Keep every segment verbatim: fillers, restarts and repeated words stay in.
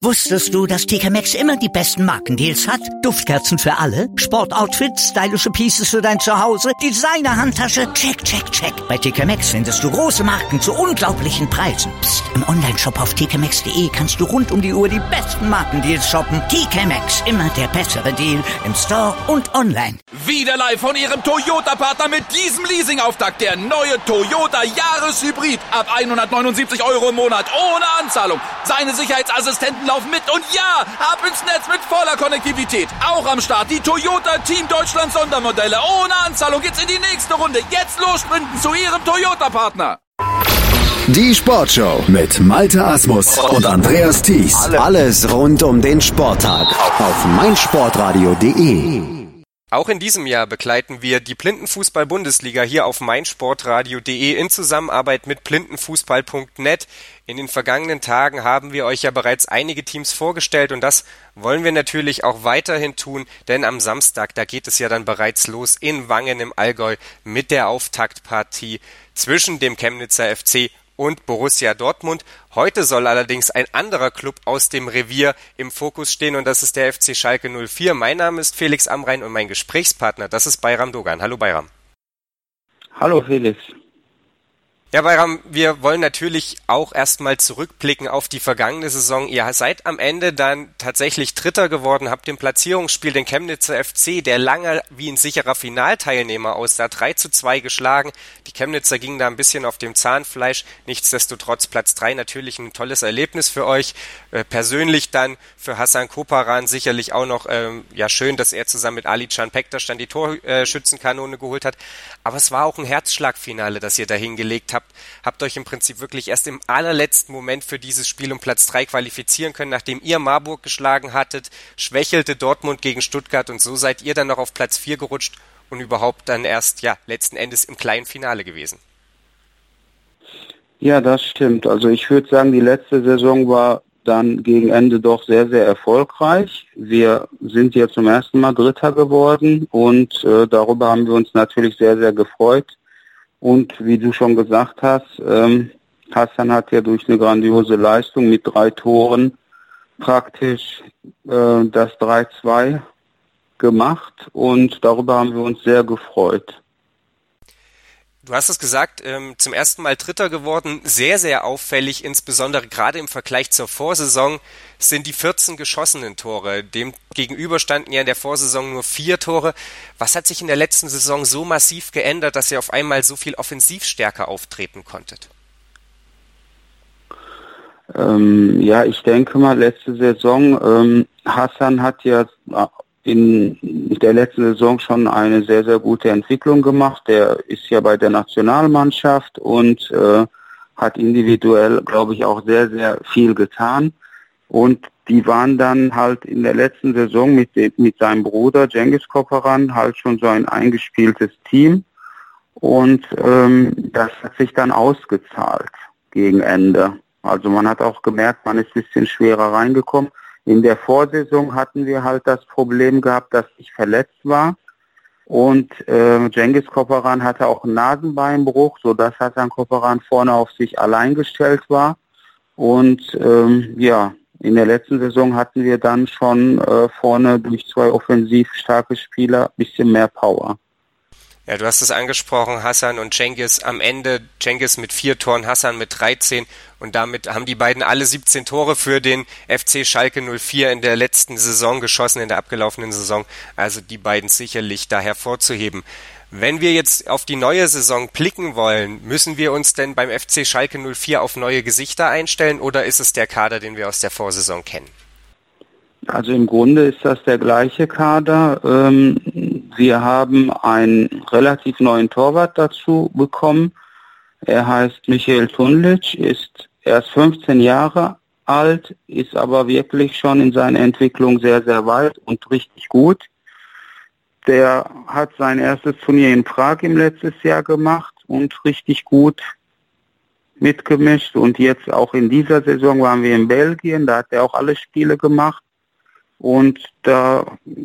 Wusstest du, dass T K Maxx immer die besten Markendeals hat? Duftkerzen für alle, Sportoutfits, stylische Pieces für dein Zuhause, Designer-Handtasche, check, check, check. Bei T K Maxx findest du große Marken zu unglaublichen Preisen. Psst. Im Onlineshop auf t k maxx punkt d e kannst du rund um die Uhr die besten Markendeals shoppen. T K Maxx, immer der bessere Deal im Store und online. Wieder live von Ihrem Toyota-Partner mit diesem Leasing-Auftakt. Der neue Toyota Jahreshybrid. Ab hundertneunundsiebzig Euro im Monat ohne Anzahlung. Seine Sicherheitsassistenten laufen mit und ja, ab ins Netz mit voller Konnektivität. Auch am Start die Toyota Team Deutschland Sondermodelle. Ohne Anzahlung geht's in die nächste Runde. Jetzt los sprinten zu Ihrem Toyota-Partner. Die Sportshow mit Malte Asmus und Andreas Thies. Alles rund um den Sporttag auf meinsportradio punkt de. Auch in diesem Jahr begleiten wir die Blindenfußball-Bundesliga hier auf meinsportradio punkt de in Zusammenarbeit mit blindenfußball punkt net. In den vergangenen Tagen haben wir euch ja bereits einige Teams vorgestellt und das wollen wir natürlich auch weiterhin tun, denn am Samstag, da geht es ja dann bereits los in Wangen im Allgäu mit der Auftaktpartie zwischen dem Chemnitzer F C und Borussia Dortmund. Heute soll allerdings ein anderer Club aus dem Revier im Fokus stehen und das ist der F C Schalke null vier. Mein Name ist Felix Amrain und mein Gesprächspartner, das ist Bayram Dogan. Hallo Bayram. Hallo Felix. Ja, Bayram, wir wollen natürlich auch erstmal zurückblicken auf die vergangene Saison. Ihr seid am Ende dann tatsächlich Dritter geworden, habt im Platzierungsspiel den Chemnitzer F C, der lange wie ein sicherer Finalteilnehmer aussah, drei zu zwei geschlagen. Die Chemnitzer gingen da ein bisschen auf dem Zahnfleisch. Nichtsdestotrotz Platz drei natürlich ein tolles Erlebnis für euch. Äh, persönlich dann für Hasan Koparan sicherlich auch noch ähm, ja schön, dass er zusammen mit Ali Can Pektas dann die Torschützenkanone geholt hat. Aber es war auch ein Herzschlagfinale, das ihr da hingelegt habt. Habt euch im Prinzip wirklich erst im allerletzten Moment für dieses Spiel um Platz drei qualifizieren können, nachdem ihr Marburg geschlagen hattet, schwächelte Dortmund gegen Stuttgart und so seid ihr dann noch auf Platz vier gerutscht und überhaupt dann erst, ja, letzten Endes im kleinen Finale gewesen. Ja, das stimmt. Also ich würde sagen, die letzte Saison war dann gegen Ende doch sehr, sehr erfolgreich. Wir sind ja zum ersten Mal Dritter geworden und äh, darüber haben wir uns natürlich sehr, sehr gefreut. Und wie du schon gesagt hast, ähm, Hasan hat ja durch eine grandiose Leistung mit drei Toren praktisch äh, das drei zwei gemacht und darüber haben wir uns sehr gefreut. Du hast es gesagt, ähm, zum ersten Mal Dritter geworden, sehr, sehr auffällig, insbesondere gerade im Vergleich zur Vorsaison sind die vierzehn geschossenen Tore. Dem gegenüber standen ja in der Vorsaison nur vier Tore. Was hat sich in der letzten Saison so massiv geändert, dass ihr auf einmal so viel offensivstärker auftreten konntet? Ähm, ja, ich denke mal, letzte Saison, ähm, Hasan hat ja in der letzten Saison schon eine sehr, sehr gute Entwicklung gemacht. Der ist ja bei der Nationalmannschaft und äh, hat individuell, glaube ich, auch sehr, sehr viel getan. Und die waren dann halt in der letzten Saison mit, mit seinem Bruder Cengiz Koparan halt schon so ein eingespieltes Team. Und ähm, das hat sich dann ausgezahlt gegen Ende. Also man hat auch gemerkt, man ist ein bisschen schwerer reingekommen. In der Vorsaison hatten wir halt das Problem gehabt, dass ich verletzt war und äh, Cengiz Koparan hatte auch einen Nasenbeinbruch, sodass Hasan Koparan vorne auf sich allein gestellt war. Und ähm, ja, in der letzten Saison hatten wir dann schon äh, vorne durch zwei offensiv starke Spieler ein bisschen mehr Power. Ja, du hast es angesprochen, Hasan und Cengiz am Ende, Cengiz mit vier Toren, Hasan mit dreizehn und damit haben die beiden alle siebzehn Tore für den F C Schalke null vier in der letzten Saison geschossen, in der abgelaufenen Saison, also die beiden sicherlich da hervorzuheben. Wenn wir jetzt auf die neue Saison blicken wollen, müssen wir uns denn beim F C Schalke null vier auf neue Gesichter einstellen oder ist es der Kader, den wir aus der Vorsaison kennen? Also im Grunde ist das der gleiche Kader. Wir haben einen relativ neuen Torwart dazu bekommen. Er heißt Michael Tunlic, ist erst fünfzehn Jahre alt, ist aber wirklich schon in seiner Entwicklung sehr, sehr weit und richtig gut. Der hat sein erstes Turnier in Prag im letzten Jahr gemacht und richtig gut mitgemischt. Und jetzt auch in dieser Saison waren wir in Belgien, da hat er auch alle Spiele gemacht. Und da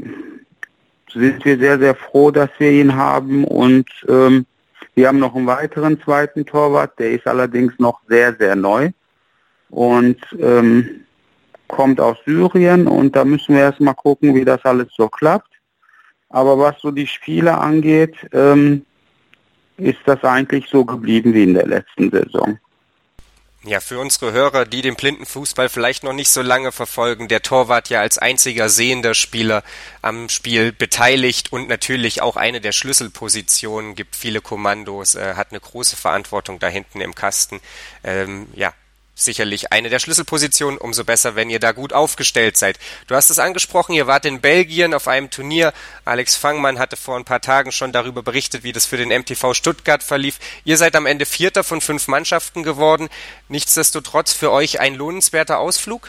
sind wir sehr, sehr froh, dass wir ihn haben. Und ähm, wir haben noch einen weiteren zweiten Torwart, der ist allerdings noch sehr, sehr neu. Und ähm, kommt aus Syrien und da müssen wir erstmal gucken, wie das alles so klappt. Aber was so die Spiele angeht, ähm, ist das eigentlich so geblieben wie in der letzten Saison. Ja, für unsere Hörer, die den Blindenfußball vielleicht noch nicht so lange verfolgen, der Torwart ja als einziger sehender Spieler am Spiel beteiligt und natürlich auch eine der Schlüsselpositionen, gibt viele Kommandos, äh, hat eine große Verantwortung da hinten im Kasten. Ähm, ja, sicherlich eine der Schlüsselpositionen, umso besser, wenn ihr da gut aufgestellt seid. Du hast es angesprochen, ihr wart in Belgien auf einem Turnier. Alex Fangmann hatte vor ein paar Tagen schon darüber berichtet, wie das für den M T V Stuttgart verlief. Ihr seid am Ende Vierter von fünf Mannschaften geworden. Nichtsdestotrotz für euch ein lohnenswerter Ausflug?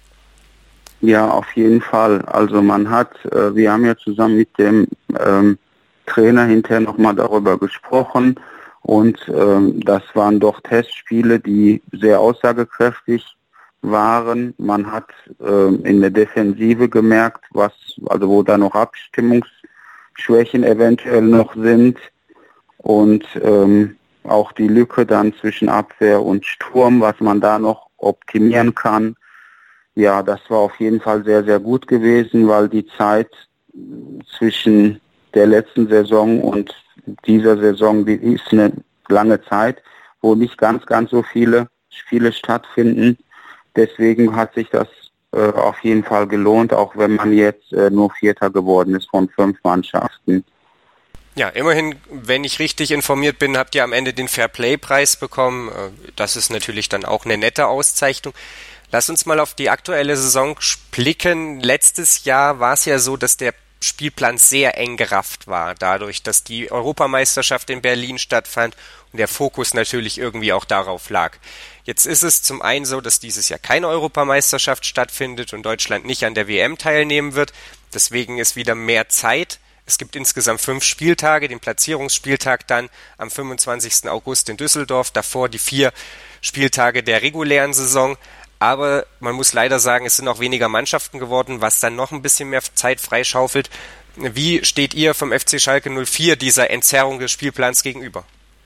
Ja, auf jeden Fall. Also man hat, äh, wir haben ja zusammen mit dem ähm, Trainer hinterher nochmal darüber gesprochen. Und ähm, das waren doch Testspiele, die sehr aussagekräftig waren. Man hat ähm, in der Defensive gemerkt, was, also wo da noch Abstimmungsschwächen eventuell noch sind. Und ähm, auch die Lücke dann zwischen Abwehr und Sturm, was man da noch optimieren kann. Ja, das war auf jeden Fall sehr, sehr gut gewesen, weil die Zeit zwischen der letzten Saison und dieser Saison, die ist eine lange Zeit, wo nicht ganz, ganz so viele Spiele stattfinden. Deswegen hat sich das äh, auf jeden Fall gelohnt, auch wenn man jetzt äh, nur Vierter geworden ist von fünf Mannschaften. Ja, immerhin, wenn ich richtig informiert bin, habt ihr am Ende den Fairplay-Preis bekommen. Das ist natürlich dann auch eine nette Auszeichnung. Lass uns mal auf die aktuelle Saison blicken. Letztes Jahr war es ja so, dass der Spielplan sehr eng gerafft war, dadurch, dass die Europameisterschaft in Berlin stattfand und der Fokus natürlich irgendwie auch darauf lag. Jetzt ist es zum einen so, dass dieses Jahr keine Europameisterschaft stattfindet und Deutschland nicht an der W M teilnehmen wird. Deswegen ist wieder mehr Zeit. Es gibt insgesamt fünf Spieltage, den Platzierungsspieltag dann am fünfundzwanzigsten August in Düsseldorf, davor die vier Spieltage der regulären Saison. Aber man muss leider sagen, es sind auch weniger Mannschaften geworden, was dann noch ein bisschen mehr Zeit freischaufelt. Wie steht ihr vom F C Schalke null vier dieser Entzerrung des Spielplans gegenüber?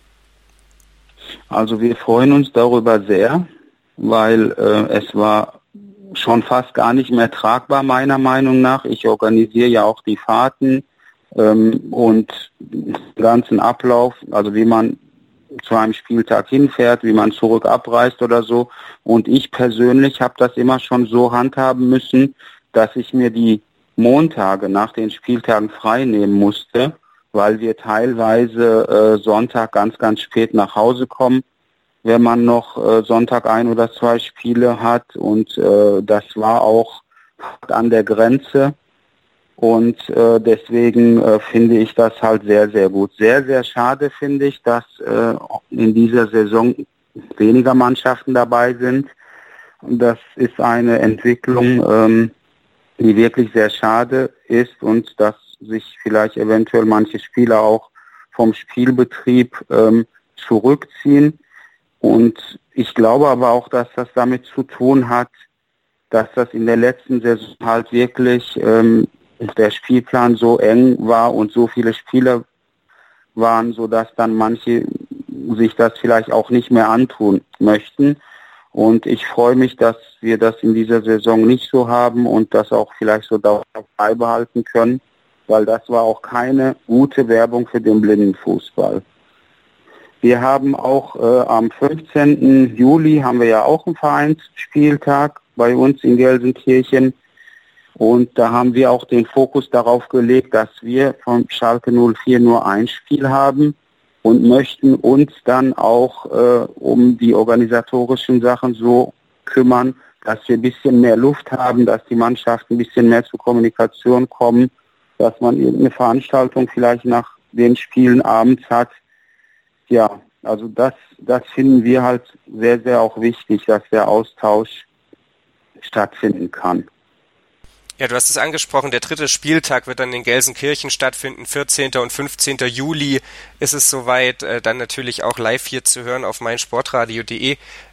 Also wir freuen uns darüber sehr, weil äh, es war schon fast gar nicht mehr tragbar, meiner Meinung nach. Ich organisiere ja auch die Fahrten ähm, und den ganzen Ablauf, also wie man zu einem Spieltag hinfährt, wie man zurück abreist oder so. Und ich persönlich habe das immer schon so handhaben müssen, dass ich mir die Montage nach den Spieltagen frei nehmen musste, weil wir teilweise äh, Sonntag ganz, ganz spät nach Hause kommen, wenn man noch äh, Sonntag ein oder zwei Spiele hat. Und äh, das war auch an der Grenze. Und äh, deswegen äh, finde ich das halt sehr, sehr gut. Sehr, sehr schade finde ich, dass äh, in dieser Saison weniger Mannschaften dabei sind. Und das ist eine Entwicklung, ähm, die wirklich sehr schade ist und dass sich vielleicht eventuell manche Spieler auch vom Spielbetrieb ähm, zurückziehen. Und ich glaube aber auch, dass das damit zu tun hat, dass das in der letzten Saison halt wirklich ähm, der Spielplan so eng war und so viele Spieler waren, sodass dann manche sich das vielleicht auch nicht mehr antun möchten. Und ich freue mich, dass wir das in dieser Saison nicht so haben und das auch vielleicht so dauerhaft beibehalten können, weil das war auch keine gute Werbung für den Blindenfußball. Wir haben auch äh, am fünfzehnten Juli haben wir ja auch einen Vereinsspieltag bei uns in Gelsenkirchen. Und da haben wir auch den Fokus darauf gelegt, dass wir von Schalke null vier nur ein Spiel haben und möchten uns dann auch äh, um die organisatorischen Sachen so kümmern, dass wir ein bisschen mehr Luft haben, dass die Mannschaften ein bisschen mehr zur Kommunikation kommen, dass man irgendeine Veranstaltung vielleicht nach den Spielen abends hat. Ja, also das, das finden wir halt sehr, sehr auch wichtig, dass der Austausch stattfinden kann. Ja, du hast es angesprochen, der dritte Spieltag wird dann in Gelsenkirchen stattfinden, vierzehnten und fünfzehnten Juli ist es soweit, äh, dann natürlich auch live hier zu hören auf meinsportradio punkt de.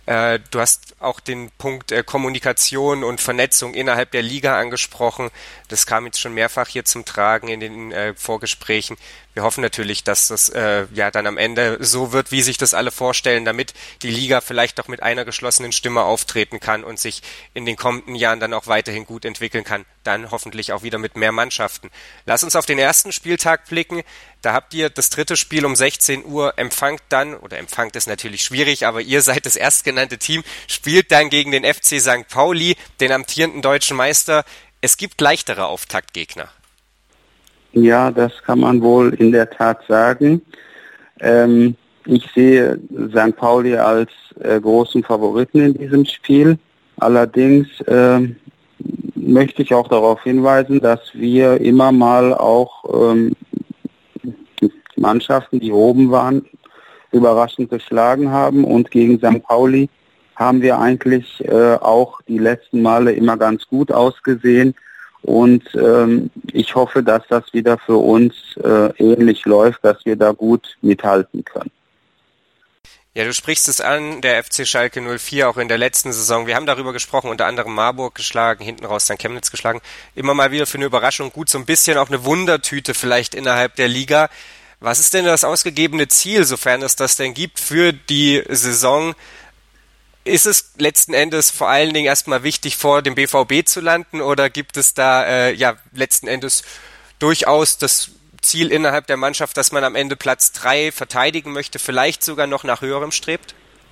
Äh, du hast auch den Punkt äh, Kommunikation und Vernetzung innerhalb der Liga angesprochen. Das kam jetzt schon mehrfach hier zum Tragen in den äh, Vorgesprächen. Wir hoffen natürlich, dass das äh, ja dann am Ende so wird, wie sich das alle vorstellen, damit die Liga vielleicht auch mit einer geschlossenen Stimme auftreten kann und sich in den kommenden Jahren dann auch weiterhin gut entwickeln kann. Dann hoffentlich auch wieder mit mehr Mannschaften. Lass uns auf den ersten Spieltag blicken. Da habt ihr das dritte Spiel um sechzehn Uhr, empfangt dann, oder empfangt ist natürlich schwierig, aber ihr seid das erstgenannte Team, spielt dann gegen den F C Sankt Pauli, den amtierenden deutschen Meister. Es gibt leichtere Auftaktgegner. Ja, das kann man wohl in der Tat sagen. Ähm, ich sehe Sankt Pauli als äh, großen Favoriten in diesem Spiel. Allerdings äh, möchte ich auch darauf hinweisen, dass wir immer mal auch ähm, Mannschaften, die oben waren, überraschend geschlagen haben, und gegen Sankt Pauli haben wir eigentlich äh, auch die letzten Male immer ganz gut ausgesehen, und ähm, ich hoffe, dass das wieder für uns äh, ähnlich läuft, dass wir da gut mithalten können. Ja, du sprichst es an, der F C Schalke null vier auch in der letzten Saison. Wir haben darüber gesprochen, unter anderem Marburg geschlagen, hinten raus dann Chemnitz geschlagen. Immer mal wieder für eine Überraschung, gut, so ein bisschen auch eine Wundertüte vielleicht innerhalb der Liga. Was ist denn das ausgegebene Ziel, sofern es das denn gibt, für die Saison? Ist es letzten Endes vor allen Dingen erstmal wichtig, vor dem B V B zu landen, oder gibt es da äh, ja letzten Endes durchaus das Ziel innerhalb der Mannschaft, dass man am Ende Platz drei verteidigen möchte, vielleicht sogar noch nach höherem strebt?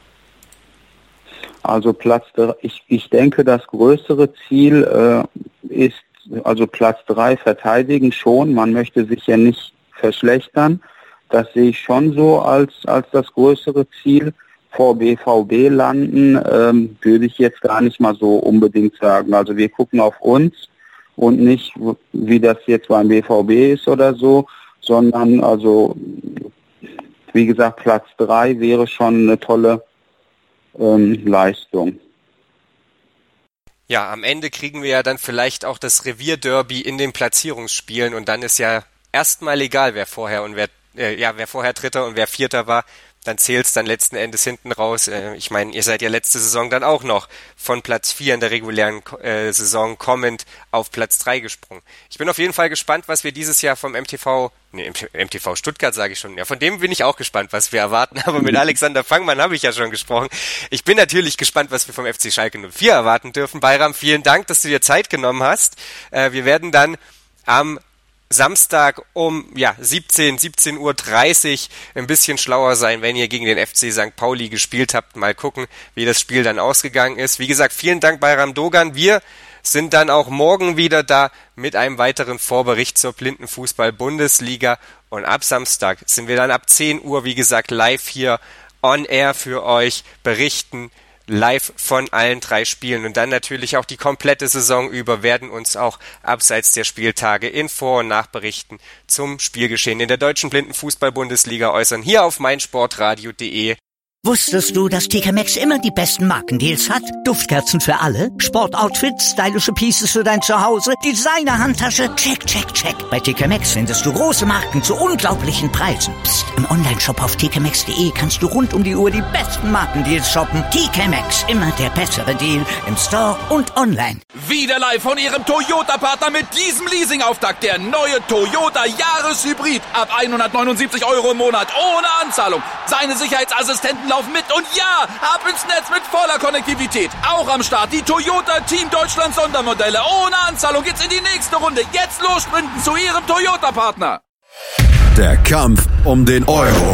Also Platz, ich, ich denke, das größere Ziel äh, ist, also Platz drei verteidigen schon. Man möchte sich ja nicht verschlechtern. Das sehe ich schon so als, als das größere Ziel. Vor B V B landen ähm, würde ich jetzt gar nicht mal so unbedingt sagen. Also wir gucken auf uns und nicht, wie das jetzt beim B V B ist oder so, sondern also, wie gesagt, Platz drei wäre schon eine tolle ähm, Leistung. Ja, am Ende kriegen wir ja dann vielleicht auch das Revierderby in den Platzierungsspielen, und dann ist ja erstmal egal, wer vorher und wer äh, ja wer vorher Dritter und wer Vierter war. Dann zählt's dann letzten Endes hinten raus. Äh, ich meine, ihr seid ja letzte Saison dann auch noch von Platz vier in der regulären äh, Saison kommend auf Platz drei gesprungen. Ich bin auf jeden Fall gespannt, was wir dieses Jahr vom M T V, nee, M T V Stuttgart sage ich schon, ja, von dem bin ich auch gespannt, was wir erwarten, aber mit Alexander Fangmann habe ich ja schon gesprochen. Ich bin natürlich gespannt, was wir vom F C Schalke null vier erwarten dürfen. Bayram, vielen Dank, dass du dir Zeit genommen hast. Äh, wir werden dann am Samstag um ja siebzehn, siebzehn Uhr dreißig ein bisschen schlauer sein, wenn ihr gegen den F C Sankt Pauli gespielt habt. Mal gucken, wie das Spiel dann ausgegangen ist. Wie gesagt, vielen Dank, Bayram Dogan. Wir sind dann auch morgen wieder da mit einem weiteren Vorbericht zur Blindenfußball-Bundesliga. Und ab Samstag sind wir dann ab zehn Uhr, wie gesagt, live hier on air für euch, berichten live von allen drei Spielen, und dann natürlich auch die komplette Saison über werden uns auch abseits der Spieltage in Vor- und Nachberichten zum Spielgeschehen in der deutschen Blindenfußball-Bundesliga äußern, hier auf meinsportradio punkt de. Wusstest du, dass T K Maxx immer die besten Markendeals hat? Duftkerzen für alle, Sportoutfits, stylische Pieces für dein Zuhause, Designer-Handtasche, check, check, check. Bei T K Maxx findest du große Marken zu unglaublichen Preisen. Psst. Im Onlineshop auf t k maxx punkt de kannst du rund um die Uhr die besten Markendeals shoppen. T K Maxx, immer der bessere Deal im Store und online. Wieder live von ihrem Toyota-Partner mit diesem Leasing-Auftakt. Der neue Toyota Jahreshybrid. Ab hundertneunundsiebzig Euro im Monat ohne Anzahlung. Seine Sicherheitsassistenten laufen mit, und ja, ab ins Netz mit voller Konnektivität. Auch am Start die Toyota Team Deutschland Sondermodelle. Ohne Anzahlung geht's in die nächste Runde. Jetzt los sprinten zu ihrem Toyota-Partner. Der Kampf um den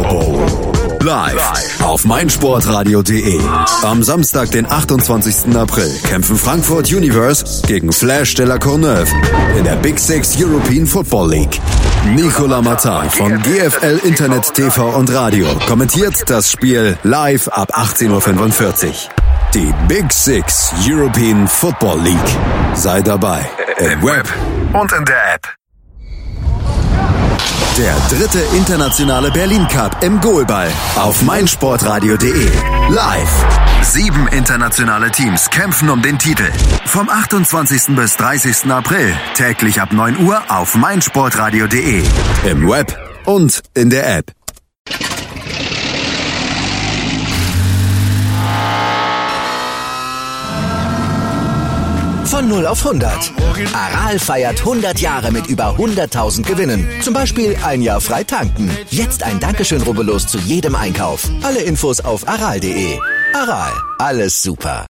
Euro. Live auf meinsportradio punkt de. Am Samstag, den achtundzwanzigsten April, kämpfen Frankfurt Universe gegen Flash de la Courneuve in der Big Six European Football League. Nicolas Martin von G F L Internet T V und Radio kommentiert das Spiel live ab achtzehn Uhr fünfundvierzig. Die Big Six European Football League. Sei dabei im Web und in der App. Der dritte internationale Berlin Cup im Goalball auf meinsportradio punkt de. Live. Sieben internationale Teams kämpfen um den Titel. Vom achtundzwanzigsten bis dreißigsten April. Täglich ab neun Uhr auf meinsportradio punkt de. Im Web und in der App. Von null auf hundert. Aral feiert hundert Jahre mit über hunderttausend Gewinnen. Zum Beispiel ein Jahr frei tanken. Jetzt ein Dankeschön, rubbellos zu jedem Einkauf. Alle Infos auf aral punkt de. Aral, alles super.